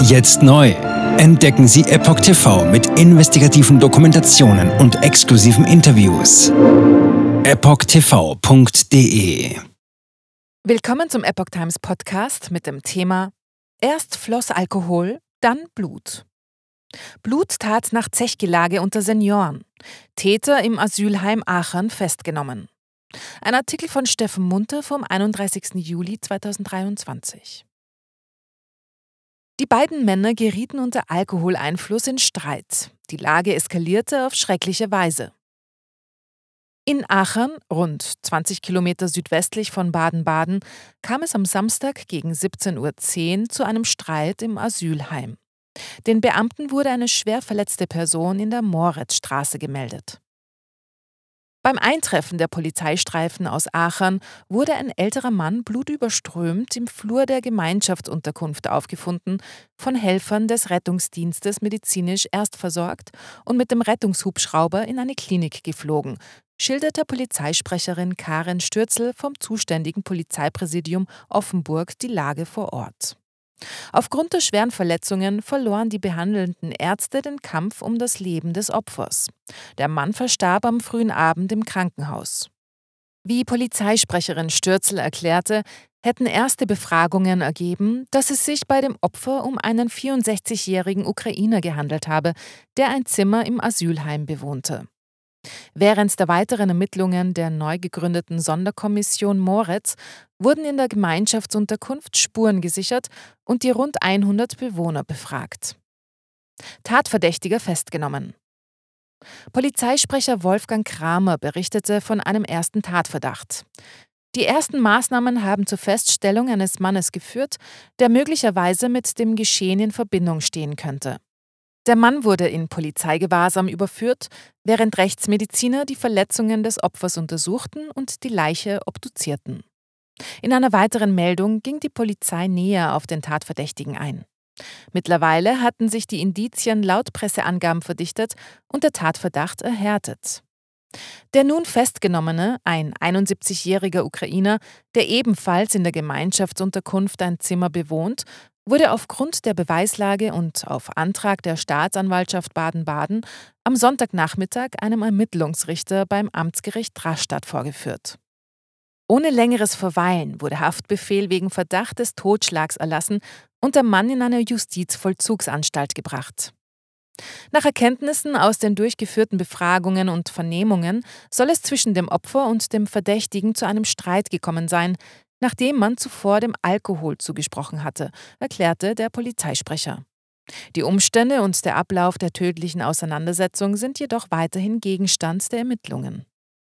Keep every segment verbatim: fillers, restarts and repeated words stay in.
Jetzt neu. Entdecken Sie Epoch T V mit investigativen Dokumentationen und exklusiven Interviews. epoch t v punkt d e Willkommen zum Epoch Times Podcast mit dem Thema Erst floss Alkohol, dann Blut. Bluttat nach Zechgelage unter Senioren. Täter im Asylheim Aachen festgenommen. Ein Artikel von Steffen Munter vom einunddreißigsten Juli zweitausenddreiundzwanzig. Die beiden Männer gerieten unter Alkoholeinfluss in Streit. Die Lage eskalierte auf schreckliche Weise. In Aachen, rund zwanzig Kilometer südwestlich von Baden-Baden, kam es am Samstag gegen siebzehn Uhr zehn zu einem Streit im Asylheim. Den Beamten wurde eine schwer verletzte Person in der Moritzstraße gemeldet. Beim Eintreffen der Polizeistreifen aus Aachen wurde ein älterer Mann blutüberströmt im Flur der Gemeinschaftsunterkunft aufgefunden, von Helfern des Rettungsdienstes medizinisch erst versorgt und mit dem Rettungshubschrauber in eine Klinik geflogen, schilderte Polizeisprecherin Karin Stürzel vom zuständigen Polizeipräsidium Offenburg die Lage vor Ort. Aufgrund der schweren Verletzungen verloren die behandelnden Ärzte den Kampf um das Leben des Opfers. Der Mann verstarb am frühen Abend im Krankenhaus. Wie Polizeisprecherin Stürzel erklärte, hätten erste Befragungen ergeben, dass es sich bei dem Opfer um einen vierundsechzigjährigen Ukrainer gehandelt habe, der ein Zimmer im Asylheim bewohnte. Während der weiteren Ermittlungen der neu gegründeten Sonderkommission Moritz wurden in der Gemeinschaftsunterkunft Spuren gesichert und die rund hundert Bewohner befragt. Tatverdächtiger festgenommen. Polizeisprecher Wolfgang Kramer berichtete von einem ersten Tatverdacht. Die ersten Maßnahmen haben zur Feststellung eines Mannes geführt, der möglicherweise mit dem Geschehen in Verbindung stehen könnte. Der Mann wurde in Polizeigewahrsam überführt, während Rechtsmediziner die Verletzungen des Opfers untersuchten und die Leiche obduzierten. In einer weiteren Meldung ging die Polizei näher auf den Tatverdächtigen ein. Mittlerweile hatten sich die Indizien laut Presseangaben verdichtet und der Tatverdacht erhärtet. Der nun Festgenommene, ein einundsiebzigjähriger Ukrainer, der ebenfalls in der Gemeinschaftsunterkunft ein Zimmer bewohnt, wurde aufgrund der Beweislage und auf Antrag der Staatsanwaltschaft Baden-Baden am Sonntagnachmittag einem Ermittlungsrichter beim Amtsgericht Rastatt vorgeführt. Ohne längeres Verweilen wurde Haftbefehl wegen Verdacht des Totschlags erlassen und der Mann in eine Justizvollzugsanstalt gebracht. Nach Erkenntnissen aus den durchgeführten Befragungen und Vernehmungen soll es zwischen dem Opfer und dem Verdächtigen zu einem Streit gekommen sein, nachdem man zuvor dem Alkohol zugesprochen hatte, erklärte der Polizeisprecher. Die Umstände und der Ablauf der tödlichen Auseinandersetzung sind jedoch weiterhin Gegenstand der Ermittlungen.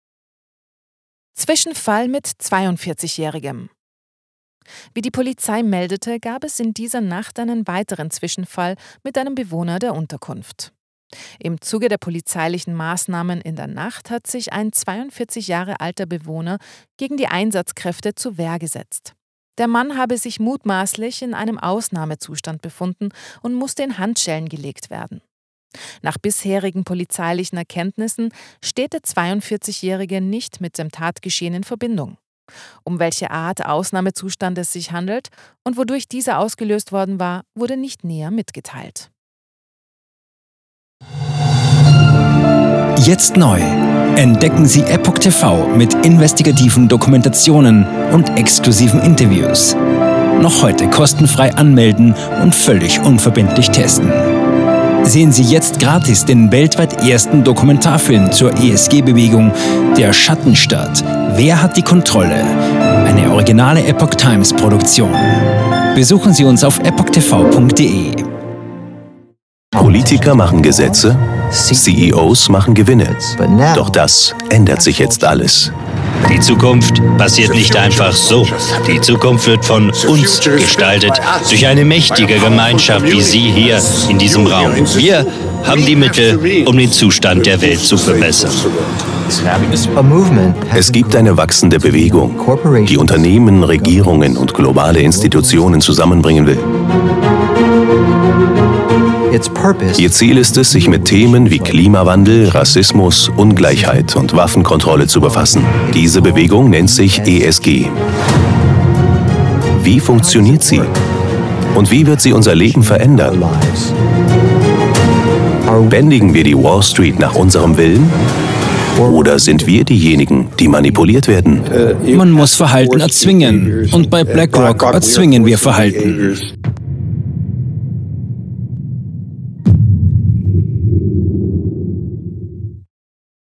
Zwischenfall mit zweiundvierzigjährigem. Wie die Polizei meldete, gab es in dieser Nacht einen weiteren Zwischenfall mit einem Bewohner der Unterkunft. Im Zuge der polizeilichen Maßnahmen in der Nacht hat sich ein zweiundvierzig Jahre alter Bewohner gegen die Einsatzkräfte zur Wehr gesetzt. Der Mann habe sich mutmaßlich in einem Ausnahmezustand befunden und musste in Handschellen gelegt werden. Nach bisherigen polizeilichen Erkenntnissen steht der zweiundvierzigjährige nicht mit dem Tatgeschehen in Verbindung. Um welche Art Ausnahmezustand es sich handelt und wodurch dieser ausgelöst worden war, wurde nicht näher mitgeteilt. Jetzt neu. Entdecken Sie Epoch T V mit investigativen Dokumentationen und exklusiven Interviews. Noch heute kostenfrei anmelden und völlig unverbindlich testen. Sehen Sie jetzt gratis den weltweit ersten Dokumentarfilm zur E S G-Bewegung Der Schattenstaat. Wer hat die Kontrolle? Eine originale Epoch Times Produktion. Besuchen Sie uns auf epoch t v punkt d e. Politiker machen Gesetze, C E Os machen Gewinne. Doch das ändert sich jetzt alles. Die Zukunft passiert nicht einfach so. Die Zukunft wird von uns gestaltet, durch eine mächtige Gemeinschaft wie Sie hier in diesem Raum. Wir haben die Mittel, um den Zustand der Welt zu verbessern. Es gibt eine wachsende Bewegung, die Unternehmen, Regierungen und globale Institutionen zusammenbringen will. Ihr Ziel ist es, sich mit Themen wie Klimawandel, Rassismus, Ungleichheit und Waffenkontrolle zu befassen. Diese Bewegung nennt sich E S G. Wie funktioniert sie? Und wie wird sie unser Leben verändern? Bändigen wir die Wall Street nach unserem Willen? Oder sind wir diejenigen, die manipuliert werden? Man muss Verhalten erzwingen. Und bei BlackRock erzwingen wir Verhalten.